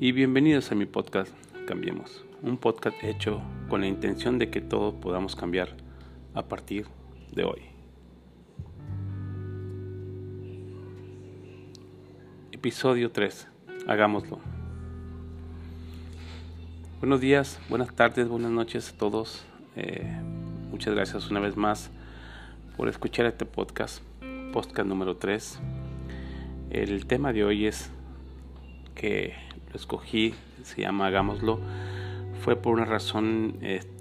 y bienvenidos a mi podcast Cambiemos, un podcast hecho con la intención de que todos podamos cambiar a partir de hoy. Episodio 3. Hagámoslo. Buenos días, buenas tardes, buenas noches a todos. Muchas gracias una vez más por escuchar este podcast número 3. El tema de hoy es que lo escogí, se llama Hagámoslo. Fue por una razón,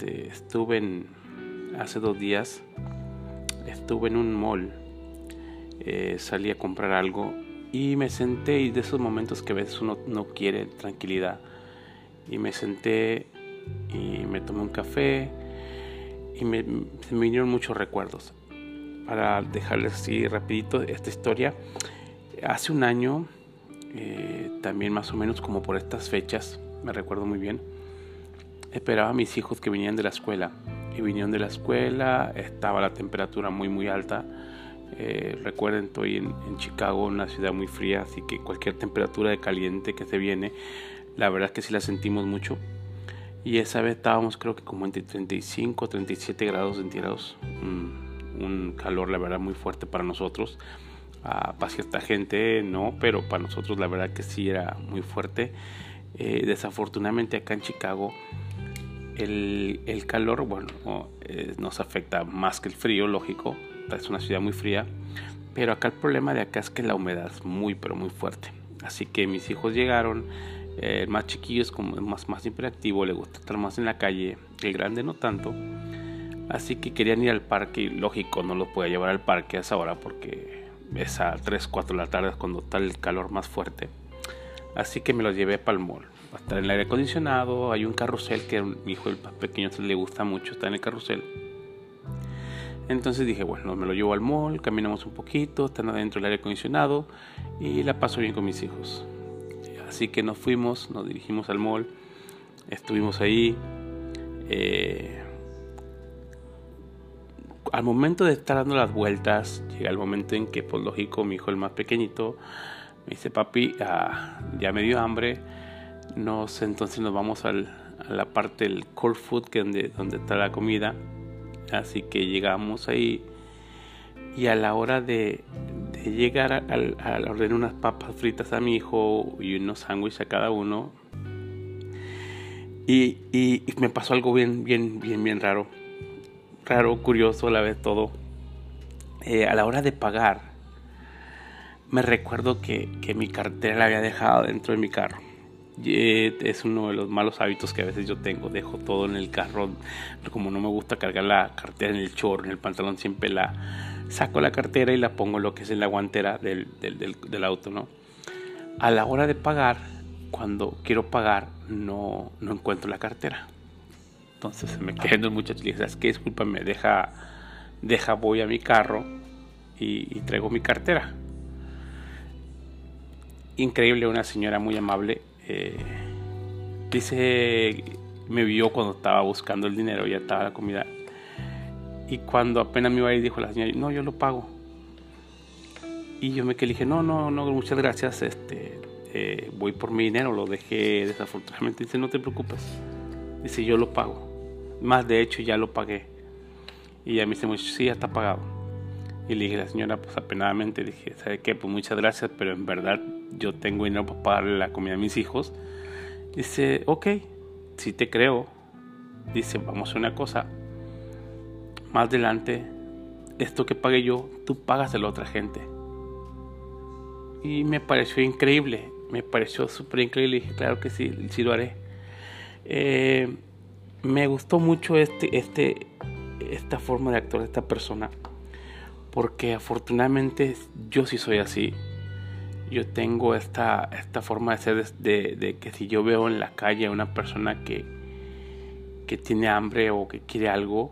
hace 2 días, estuve en un mall, salí a comprar algo y me senté, y de esos momentos que a veces uno no quiere tranquilidad, y me senté y me tomé un café y se me vinieron muchos recuerdos. Para dejarles así rapidito esta historia, hace un año, también más o menos como por estas fechas, me recuerdo muy bien, esperaba a mis hijos que vinieran de la escuela, y vinieron de la escuela, estaba la temperatura muy alta. Recuerden, estoy en Chicago, una ciudad muy fría, así que cualquier temperatura de caliente que se viene, la verdad es que sí la sentimos mucho. Y esa vez estábamos, creo que como entre 35 37 grados centígrados, un calor la verdad muy fuerte para nosotros. Para cierta gente no, pero para nosotros la verdad que sí era muy fuerte. Desafortunadamente acá en Chicago el calor, nos afecta más que el frío, lógico. Es una ciudad muy fría, pero acá el problema de acá es que la humedad es muy fuerte. Así que mis hijos llegaron, el más chiquillo es como más hiperactivo, le gusta estar más en la calle, el grande no tanto. Así que querían ir al parque y lógico, no los podía llevar al parque a esa hora porque es a 3, 4 de la tarde cuando está el calor más fuerte. Así que me los llevé para el mall. Va a estar en el aire acondicionado, hay un carrusel que a mi hijo el más pequeño le gusta mucho, está en el carrusel. Entonces dije, bueno, me lo llevo al mall, caminamos un poquito, están adentro del aire acondicionado y la paso bien con mis hijos. Así que nos dirigimos al mall, estuvimos ahí. Al momento de estar dando las vueltas, llega el momento en que, pues lógico, mi hijo el más pequeñito me dice, papi, ya me dio hambre. Entonces nos vamos a la parte del cold food, que donde está la comida. Así que llegamos ahí y a la hora de llegar a ordenar unas papas fritas a mi hijo y unos sándwiches a cada uno, y me pasó algo bien raro, curioso a la vez todo. A la hora de pagar, me recuerdo que mi cartera la había dejado dentro de mi carro. Es uno de los malos hábitos que a veces yo tengo. Dejo todo en el carro. Como no me gusta cargar la cartera en el short, en el pantalón, siempre saco la cartera y la pongo lo que es en la guantera del auto, ¿no? A la hora de pagar, cuando quiero pagar, no encuentro la cartera. Entonces se me queda el muchacho y le dice, ¿sabes qué? Discúlpame, deja voy a mi carro y traigo mi cartera. Increíble, una señora muy amable. Dice, me vio cuando estaba buscando el dinero, ya estaba la comida, y cuando apenas me iba a ir dijo la señora, no, yo lo pago. Y yo me dije, no, muchas gracias, voy por mi dinero, lo dejé desafortunadamente. Dice, no te preocupes, dice, yo lo pago, más de hecho ya lo pagué. Y ella me dice, sí, ya está pagado. Y le dije a la señora, pues apenadamente, dije, ¿sabe qué? Pues muchas gracias, pero en verdad yo tengo dinero para pagarle la comida a mis hijos. Dice, ok, sí te creo. Dice, vamos a hacer una cosa. Más adelante, esto que pagué yo, tú pagas a la otra gente. Y me pareció increíble, me pareció súper increíble. Y dije, claro que sí lo haré. Me gustó mucho esta forma de actuar de esta persona, porque afortunadamente yo sí soy así. Yo tengo esta forma de ser, de que si yo veo en la calle a una persona que tiene hambre o que quiere algo,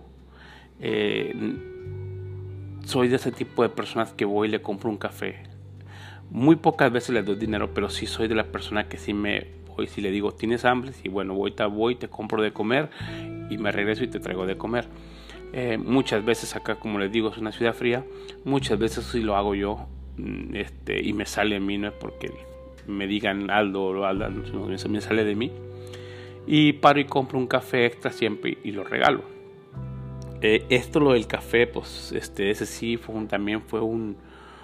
soy de ese tipo de personas que voy y le compro un café. Muy pocas veces le doy dinero, pero sí soy de la persona que sí me voy, si le digo, ¿tienes hambre? Sí, bueno, voy, te compro de comer y me regreso y te traigo de comer. Muchas veces acá, como les digo, es una ciudad fría. Muchas veces sí lo hago yo, y me sale a mí, no es porque me digan Aldo o Alda, no, me sale de mí. Y paro y compro un café extra siempre y lo regalo. Esto, lo del café, pues ese sí también fue un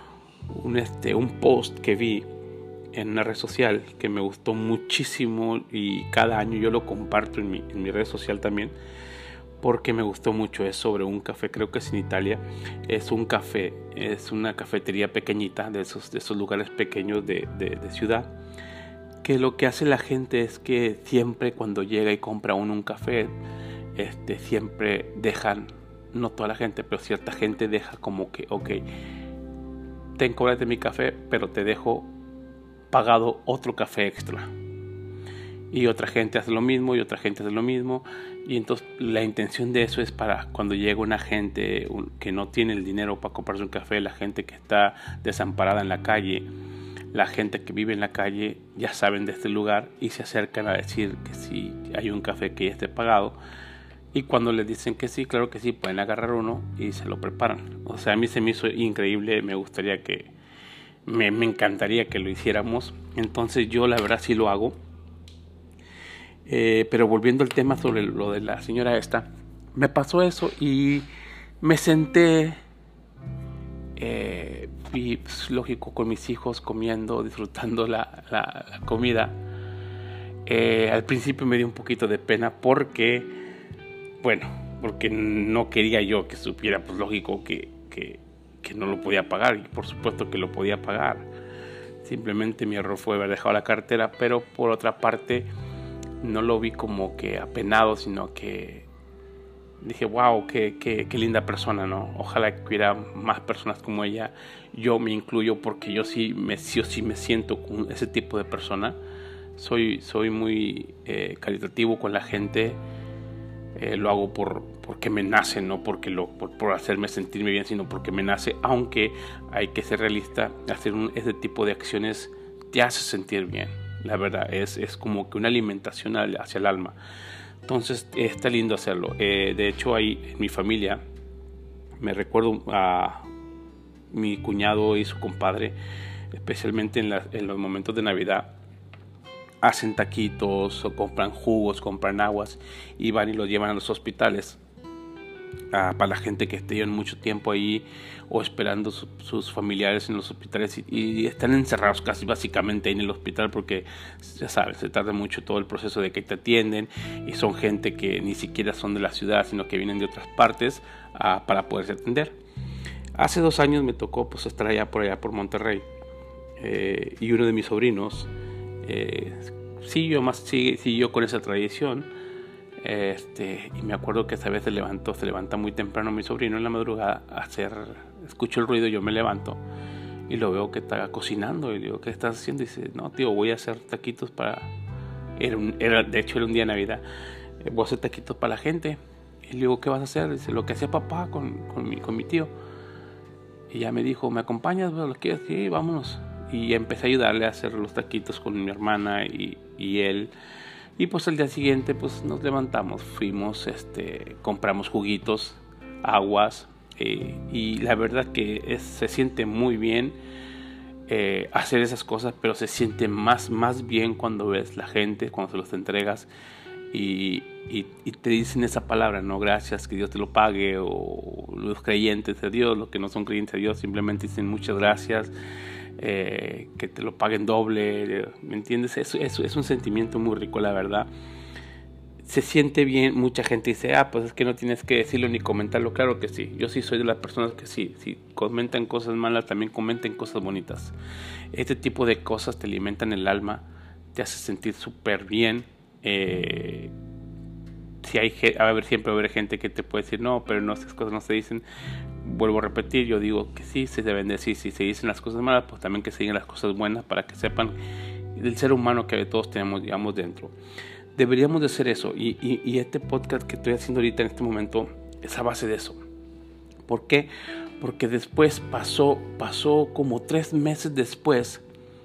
post que vi en una red social que me gustó muchísimo, y cada año yo lo comparto en mi red social también, porque me gustó mucho. Es sobre un café, creo que es en Italia. Es un café, es una cafetería pequeñita, de esos lugares pequeños de ciudad, que lo que hace la gente es que siempre cuando llega y compra un café, siempre dejan, no toda la gente, pero cierta gente deja como que, ok, cóbrate mi café, pero te dejo pagado otro café extra. Y otra gente hace lo mismo, y otra gente hace lo mismo. Y entonces la intención de eso es para cuando llega una gente que no tiene el dinero para comprarse un café, la gente que está desamparada en la calle, la gente que vive en la calle, ya saben de este lugar y se acercan a decir que si hay un café que ya esté pagado. Y cuando les dicen que sí, claro que sí, pueden agarrar uno y se lo preparan. O sea, a mí se me hizo increíble, me gustaría me encantaría que lo hiciéramos. Entonces yo la verdad sí lo hago. Pero volviendo al tema sobre lo de la señora esta, me pasó eso y me senté, y pues, lógico, con mis hijos comiendo, disfrutando la comida. Al principio me dio un poquito de pena porque no quería yo que supiera, pues lógico, que no lo podía pagar, y por supuesto que lo podía pagar. Simplemente mi error fue haber dejado la cartera, pero por otra parte no lo vi como que apenado, sino que dije, wow, qué linda persona, ¿no? Ojalá que hubiera más personas como ella. Yo me incluyo porque yo sí me siento con ese tipo de persona. Soy muy caritativo con la gente. Lo hago porque me nace, no porque por hacerme sentirme bien, sino porque me nace. Aunque hay que ser realista, hacer ese tipo de acciones te hace sentir bien. La verdad, es como que una alimentación hacia el alma. Entonces está lindo hacerlo. De hecho, ahí en mi familia, me recuerdo a mi cuñado y su compadre, especialmente en los momentos de Navidad, hacen taquitos, o compran jugos, compran aguas, y van y los llevan a los hospitales. Para la gente que esté mucho tiempo ahí o esperando sus familiares en los hospitales, y están encerrados casi básicamente ahí en el hospital, porque ya sabes, se tarda mucho todo el proceso de que te atienden, y son gente que ni siquiera son de la ciudad, sino que vienen de otras partes para poderse atender. Hace 2 años me tocó pues estar por allá por Monterrey, y uno de mis sobrinos siguió con esa tradición. Y me acuerdo que esa vez se levanta muy temprano mi sobrino en la madrugada escucho el ruido, yo me levanto y lo veo que está cocinando, y digo, ¿qué estás haciendo? Y dice, no, tío, voy a hacer taquitos de hecho era un día de Navidad, voy a hacer taquitos para la gente. Y le digo, ¿qué vas a hacer? Dice, lo que hacía papá con mi tío. Y ya me dijo, ¿me acompañas? ¿Lo quieres? Sí, vámonos. Y empecé a ayudarle a hacer los taquitos con mi hermana y él. Y pues el día siguiente pues nos levantamos, fuimos, compramos juguitos, aguas, y la verdad que se siente muy bien hacer esas cosas, pero se siente más bien cuando ves la gente, cuando se los entregas y te dicen esa palabra, no, gracias, que Dios te lo pague. O los creyentes de Dios, los que no son creyentes de Dios, simplemente dicen muchas gracias. Que te lo paguen doble, ¿me entiendes? Eso es un sentimiento muy rico, la verdad. Se siente bien. Mucha gente dice, pues es que no tienes que decirlo ni comentarlo. Claro que sí, yo sí soy de las personas que sí, si comentan cosas malas, también comenten cosas bonitas. Este tipo de cosas te alimentan el alma, te hace sentir súper bien. Siempre va a haber gente que te puede decir, no, pero no, esas cosas no se dicen. Vuelvo a repetir, yo digo que sí, se deben decir. Si se dicen las cosas malas, pues también que se digan las cosas buenas, para que sepan del ser humano que todos tenemos, digamos, dentro. Deberíamos de hacer eso, y este podcast que estoy haciendo ahorita en este momento es a base de eso. ¿Por qué? Porque después pasó como 3 meses después.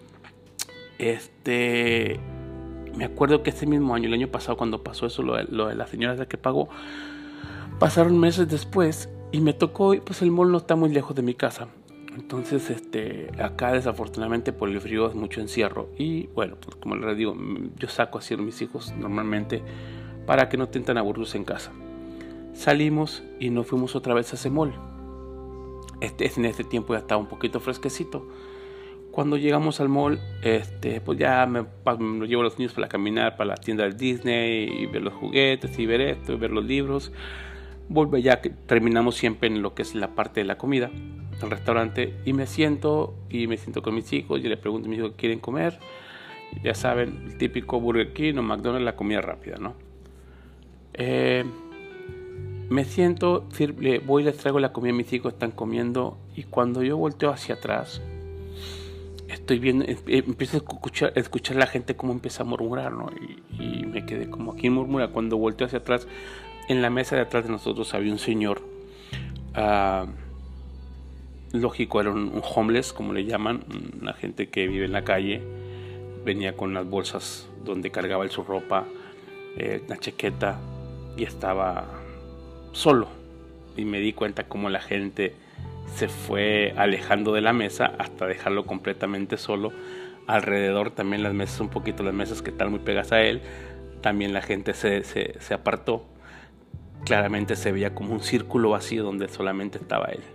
Me acuerdo que ese mismo año, el año pasado, cuando pasó eso, lo de la señora que pagó, pasaron meses después y me tocó, pues el mall no está muy lejos de mi casa. Entonces, acá desafortunadamente por el frío es mucho encierro. Y bueno, pues como les digo, yo saco así a mis hijos normalmente para que no estén tan aburridos en casa. Salimos y nos fuimos otra vez a ese mall. En este tiempo ya estaba un poquito fresquecito. Cuando llegamos al mall, pues ya me llevo a los niños para caminar para la tienda del Disney y ver los juguetes y ver esto y ver los libros. Ya que terminamos siempre en lo que es la parte de la comida, el restaurante, y me siento con mis hijos y le pregunto a mis hijos qué quieren comer. Ya saben, el típico Burger King o McDonald's, la comida rápida, ¿no? Me siento, voy y les traigo la comida, mis hijos están comiendo, y cuando yo volteo hacia atrás, estoy viendo, empiezo a escuchar a la gente cómo empieza a murmurar, ¿no? Y me quedé como, ¿quién murmura? Cuando volteo hacia atrás, en la mesa de atrás de nosotros había un señor, lógico, era un homeless, como le llaman, una gente que vive en la calle. Venía con unas bolsas donde cargaba su ropa, una chaqueta, y estaba solo. Y me di cuenta cómo la gente se fue alejando de la mesa hasta dejarlo completamente solo. Alrededor también las mesas, un poquito las mesas que están muy pegadas a él, también la gente se apartó. Claramente se veía como un círculo vacío donde solamente estaba él.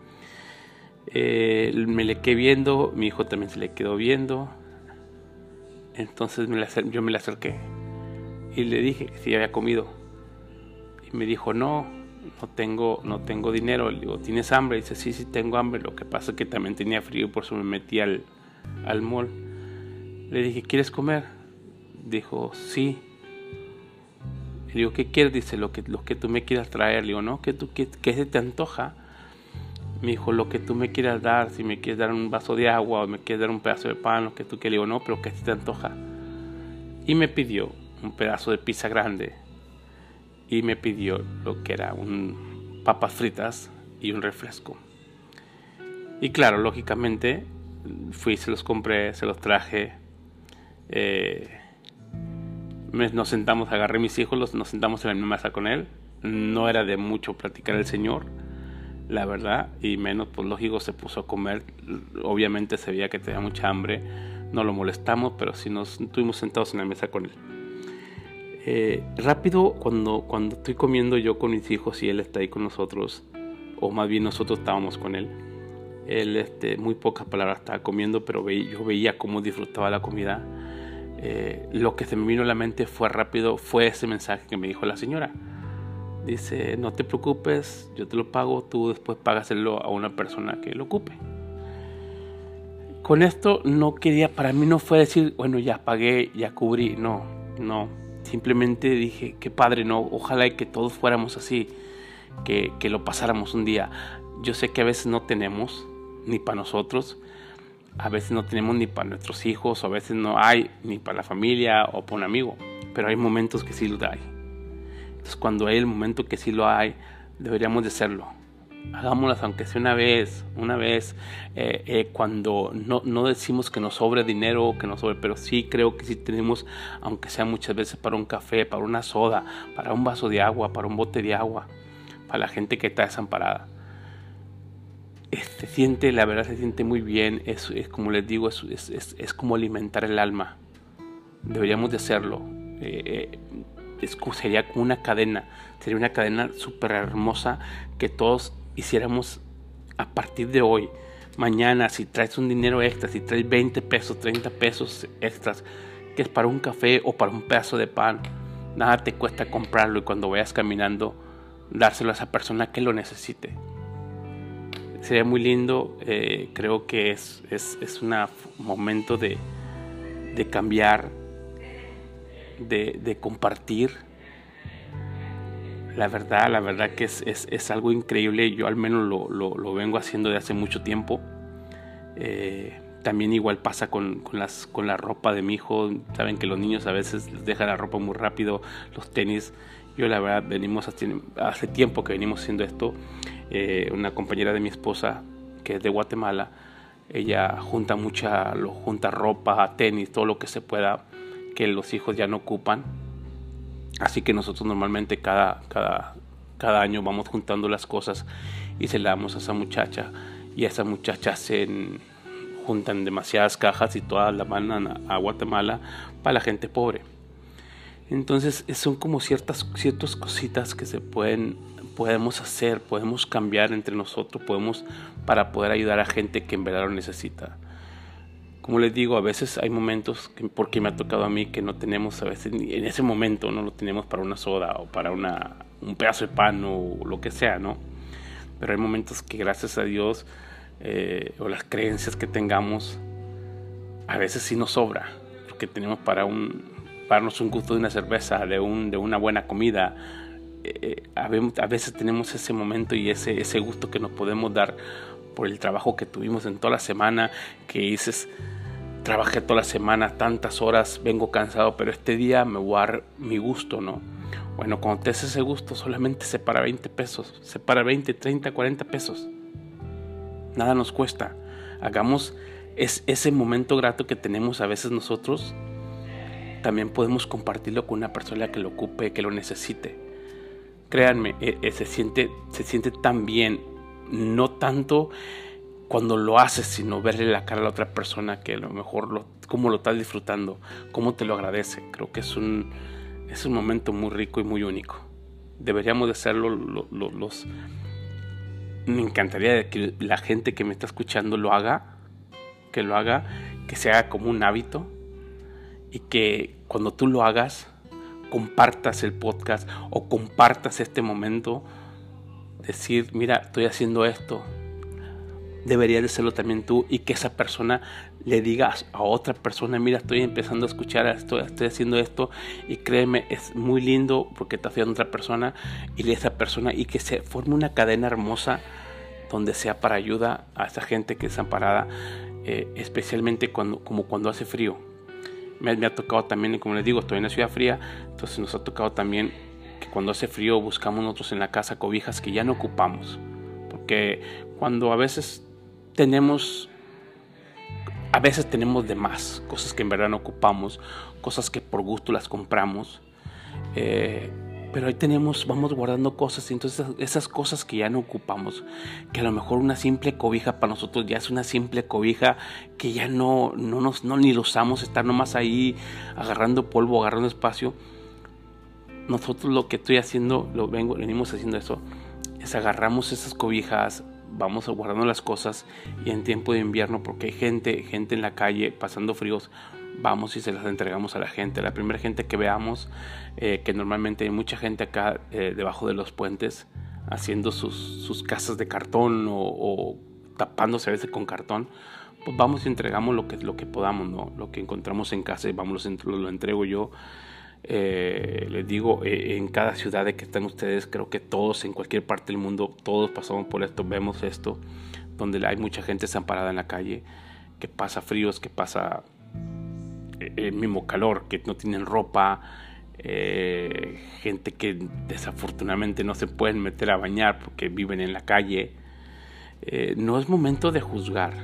Me le quedé viendo, mi hijo también se le quedó viendo. Entonces yo me le acerqué y le dije que si había comido. Y me dijo, no tengo dinero. Le digo, ¿tienes hambre? Y dice, sí tengo hambre. Lo que pasa es que también tenía frío y por eso me metí al mall. Le dije, ¿quieres comer? Dijo, sí. Le digo, ¿qué quieres? Dice, lo que tú me quieras traer. Le digo, no, ¿qué se te antoja? Me dijo, lo que tú me quieras dar. Si me quieres dar un vaso de agua o me quieres dar un pedazo de pan, lo que tú quieras. Le digo, no, pero ¿qué se te antoja? Y me pidió un pedazo de pizza grande. Y me pidió lo que era papas fritas y un refresco. Y claro, lógicamente, fui, se los compré, se los traje. Nos sentamos, agarré a mis hijos, nos sentamos en la misma mesa con él. No era de mucho platicar el señor, la verdad, y menos, pues lógico, se puso a comer. Obviamente se veía que tenía mucha hambre. No lo molestamos, pero sí nos estuvimos sentados en la mesa con él. Rápido, cuando estoy comiendo yo con mis hijos y él está ahí con nosotros, o más bien nosotros estábamos con él, muy pocas palabras estaba comiendo, pero yo veía cómo disfrutaba la comida. Lo que se me vino a la mente fue ese mensaje que me dijo la señora. Dice, no te preocupes, yo te lo pago, tú después págaselo a una persona que lo ocupe. Con esto para mí no fue decir, bueno, ya pagué, ya cubrí, no, simplemente dije, qué padre, no, ojalá y que todos fuéramos así, que lo pasáramos un día. Yo sé que a veces no tenemos ni para nosotros, a veces no tenemos ni para nuestros hijos, o a veces no hay ni para la familia o para un amigo, pero hay momentos que sí lo hay. Entonces, cuando hay el momento que sí lo hay, deberíamos de hacerlo. Hagámoslas aunque sea una vez, cuando no decimos que nos sobre dinero o que nos sobre, pero sí creo que sí tenemos, aunque sea muchas veces para un café, para una soda, para un vaso de agua, para un bote de agua, para la gente que está desamparada. La verdad se siente muy bien. Es como les digo, es como alimentar el alma. Deberíamos de hacerlo. Sería como una cadena súper hermosa que todos hiciéramos a partir de hoy. Mañana, si traes un dinero extra, si traes 20 pesos, 30 pesos extras, que es para un café o para un pedazo de pan, nada te cuesta comprarlo, y cuando vayas caminando, dárselo a esa persona que lo necesite. Sería muy lindo. Creo que es un momento de cambiar, de compartir. La verdad que es algo increíble. Yo al menos lo vengo haciendo de hace mucho tiempo. También igual pasa con la ropa de mi hijo. Saben que los niños a veces les dejan la ropa muy rápido, los tenis. Yo la verdad hace tiempo que venimos haciendo esto. Una compañera de mi esposa, que es de Guatemala, ella junta ropa, tenis, todo lo que se pueda, que los hijos ya no ocupan. Así que nosotros normalmente cada año vamos juntando las cosas y se las damos a esa muchacha. y esas muchachas juntan demasiadas cajas y todas las mandan a Guatemala para la gente pobre. Entonces son como ciertas cositas que podemos hacer, podemos cambiar entre nosotros, para poder ayudar a gente que en verdad lo necesita. Como les digo, a veces hay momentos, porque me ha tocado a mí, que no tenemos, a veces en ese momento no lo tenemos para una soda o para un pedazo de pan o lo que sea, ¿no? Pero hay momentos que gracias a Dios o las creencias que tengamos, a veces sí nos sobra, porque tenemos para darnos un gusto de una cerveza, de una buena comida. A veces tenemos ese momento y ese gusto que nos podemos dar por el trabajo que tuvimos en toda la semana, que dices, trabajé toda la semana tantas horas, vengo cansado, pero este día me voy a dar mi gusto, ¿no? Bueno, cuando te haces ese gusto, solamente separa 20 pesos, separa 20, 30, 40 pesos. Nada nos cuesta. Hagamos ese momento grato que tenemos a veces nosotros, también podemos compartirlo con una persona que lo ocupe, que lo necesite. Créanme, se siente tan bien, no tanto cuando lo haces, sino verle la cara a la otra persona que a lo mejor cómo lo estás disfrutando, cómo te lo agradece. Creo que es un momento muy rico y muy único. Deberíamos de hacerlo me encantaría que la gente que me está escuchando lo haga, que se haga como un hábito, y que cuando tú lo hagas, compartas el podcast o compartas este momento, decir, mira, estoy haciendo esto, deberías de hacerlo también tú, y que esa persona le diga a otra persona, mira, estoy empezando a escuchar esto, estoy haciendo esto, y créeme, es muy lindo porque está haciendo otra persona, y esa persona, y que se forme una cadena hermosa donde sea para ayuda a esa gente que es desamparada, especialmente cuando hace frío. Me ha tocado también, como les digo, estoy en la ciudad fría, entonces nos ha tocado también que cuando hace frío buscamos nosotros en la casa cobijas que ya no ocupamos, porque cuando a veces tenemos de más cosas que en verdad no ocupamos, cosas que por gusto las compramos, pero ahí vamos guardando cosas, y entonces esas cosas que ya no ocupamos, que a lo mejor una simple cobija para nosotros ya es una simple cobija que ya no ni lo usamos, estar nomás ahí agarrando polvo, agarrando espacio. Nosotros lo que estoy haciendo, venimos haciendo eso, es agarramos esas cobijas, vamos guardando las cosas, y en tiempo de invierno, porque hay gente en la calle pasando fríos, vamos y se las entregamos a la gente, a la primera gente que veamos, que normalmente hay mucha gente acá debajo de los puentes haciendo sus casas de cartón o tapándose a veces con cartón, pues vamos y entregamos lo que podamos, ¿no? Lo que encontramos en casa, y lo entrego yo. Les digo, en cada ciudad de que están ustedes, creo que todos, en cualquier parte del mundo, todos pasamos por esto, vemos esto, donde hay mucha gente desamparada en la calle, que pasa fríos, que pasa el mismo calor, que no tienen ropa, gente que desafortunadamente no se pueden meter a bañar porque viven en la calle. No es momento de juzgar,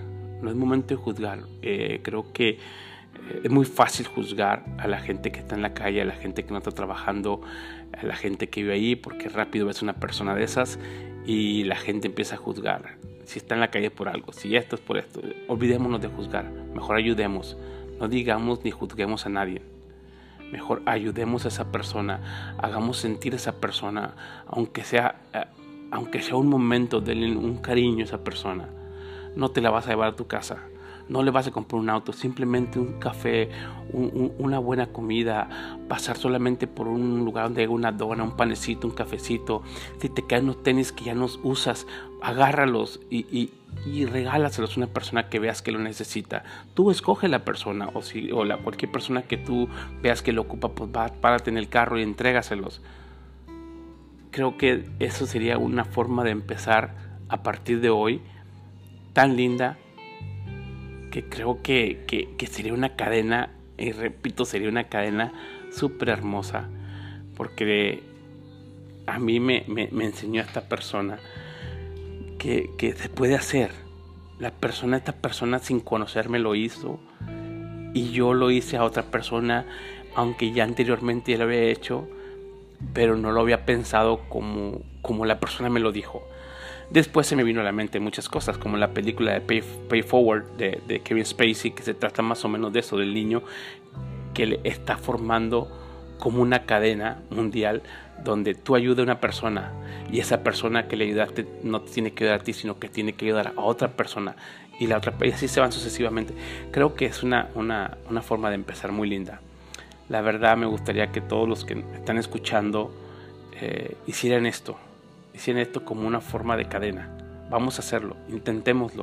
creo que es muy fácil juzgar a la gente que está en la calle, a la gente que no está trabajando, a la gente que vive ahí, porque rápido ves una persona de esas y la gente empieza a juzgar. Si está en la calle por algo, si esto es por esto, olvidémonos de juzgar, mejor ayudemos, no digamos ni juzguemos a nadie. Mejor ayudemos a esa persona, hagamos sentir a esa persona, aunque sea un momento, denle un cariño a esa persona. No te la vas a llevar a tu casa, no le vas a comprar un auto, simplemente un café, una buena comida, pasar solamente por un lugar donde hay una dona, un panecito, un cafecito. Si te quedan unos tenis que ya no usas, agárralos y regálaselos a una persona que veas que lo necesita. Tú escoge la persona, o cualquier persona que tú veas que lo ocupa, pues párate en el carro y entrégaselos. Creo que eso sería una forma de empezar a partir de hoy tan linda, que creo que sería una cadena, y repito, sería una cadena súper hermosa, porque a mí me enseñó esta persona que se puede hacer. Esta persona sin conocerme lo hizo, y yo lo hice a otra persona, aunque ya anteriormente ya lo había hecho, pero no lo había pensado como la persona me lo dijo. Después se me vino a la mente muchas cosas, como la película de Pay Forward de Kevin Spacey, que se trata más o menos de eso, del niño que le está formando como una cadena mundial donde tú ayudas a una persona y esa persona que le ayudaste no te tiene que ayudar a ti, sino que tiene que ayudar a otra persona y la otra, y así se van sucesivamente. Creo que es una forma de empezar muy linda. La verdad, me gustaría que todos los que están escuchando hicieran esto como una forma de cadena. Vamos a hacerlo, intentémoslo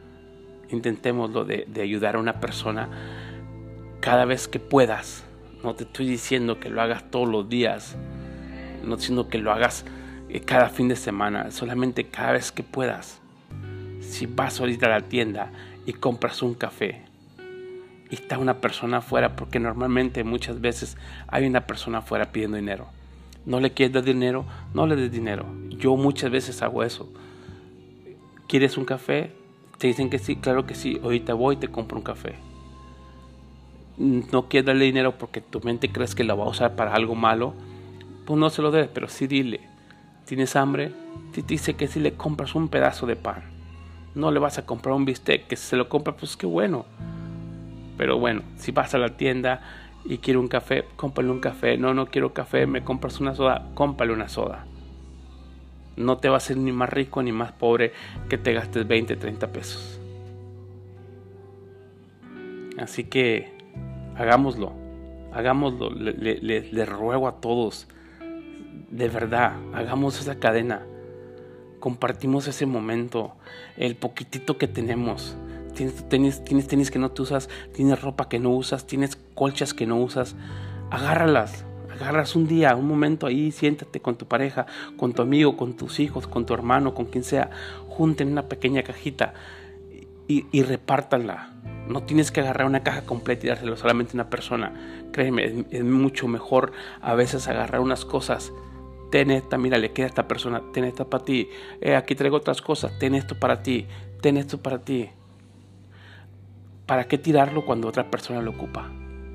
de ayudar a una persona cada vez que puedas. No te estoy diciendo que lo hagas todos los días, no estoy diciendo que lo hagas cada fin de semana, solamente cada vez que puedas. Si vas ahorita a la tienda y compras un café y está una persona afuera, porque normalmente muchas veces hay una persona afuera pidiendo dinero, no le quieres dar dinero, no le des dinero. Yo muchas veces hago eso. ¿Quieres un café? Te dicen que sí, claro que sí, ahorita voy y te compro un café. No quieres darle dinero porque tu mente crees que lo va a usar para algo malo, pues no se lo des, pero sí dile. ¿Tienes hambre? Si te dice que si le compras un pedazo de pan, no le vas a comprar un bistec, que si se lo compra, pues qué bueno. Pero bueno, si vas a la tienda y quiere un café, cómprale un café. No quiero café, me compras una soda, cómprale una soda. No te va a hacer ni más rico ni más pobre que te gastes 20, 30 pesos. Así que hagámoslo. Les ruego a todos, de verdad, hagamos esa cadena. Compartimos ese momento, el poquitito que tenemos. Tienes tenis que no te usas, tienes ropa que no usas, tienes colchas que no usas. Agárralas un día, un momento ahí, siéntate con tu pareja, con tu amigo, con tus hijos, con tu hermano, con quien sea. Junten una pequeña cajita y repártanla. No tienes que agarrar una caja completa y dárselo solamente a una persona. Créeme, es mucho mejor a veces agarrar unas cosas. Ten esta, mira, le queda a esta persona, ten esta para ti. Aquí traigo otras cosas, ten esto para ti, ten esto para ti. ¿Para qué tirarlo cuando otra persona lo ocupa?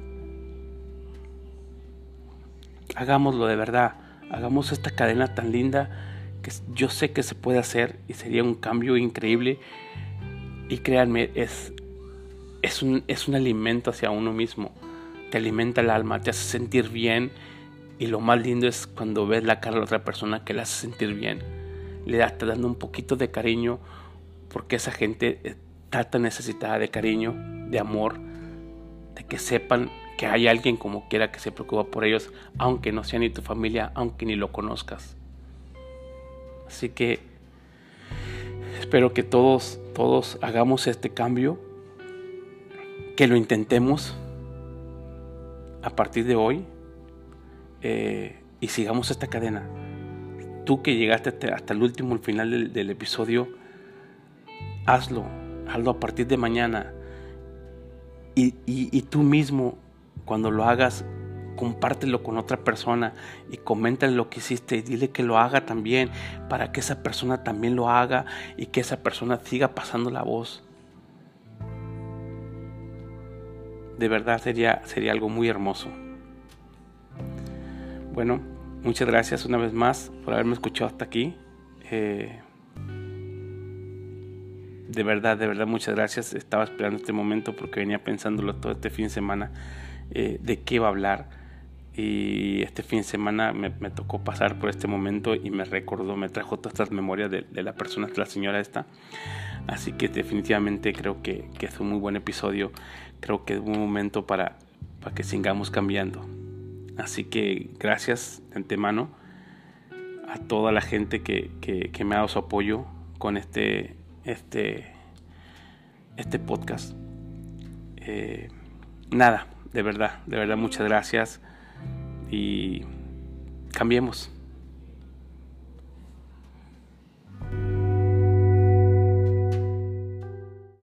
Hagámoslo de verdad, hagamos esta cadena tan linda que yo sé que se puede hacer y sería un cambio increíble. Y créanme, es un alimento hacia uno mismo. Te alimenta el alma, te hace sentir bien. Y lo más lindo es cuando ves la cara de la otra persona que la hace sentir bien. Le estás dando un poquito de cariño, porque esa gente está tan necesitada de cariño, de amor, de que sepan que hay alguien como quiera que se preocupa por ellos, aunque no sea ni tu familia, aunque ni lo conozcas. Así que espero que todos hagamos este cambio, que lo intentemos a partir de hoy, y sigamos esta cadena. Tú que llegaste hasta el último, el final del episodio, hazlo a partir de mañana, y tú mismo, cuando lo hagas, compártelo con otra persona y coméntale lo que hiciste y dile que lo haga también, para que esa persona también lo haga y que esa persona siga pasando la voz. De verdad sería algo muy hermoso. Bueno, muchas gracias una vez más por haberme escuchado hasta aquí. De verdad, muchas gracias. Estaba esperando este momento porque venía pensándolo todo este fin de semana, de qué iba a hablar. Y este fin de semana me tocó pasar por este momento y me trajo todas estas memorias de la persona, de la señora esta. Así que definitivamente creo que es un muy buen episodio. Creo que es un momento para que sigamos cambiando. Así que gracias de antemano a toda la gente que me ha dado su apoyo con este podcast. De verdad, muchas gracias y cambiemos.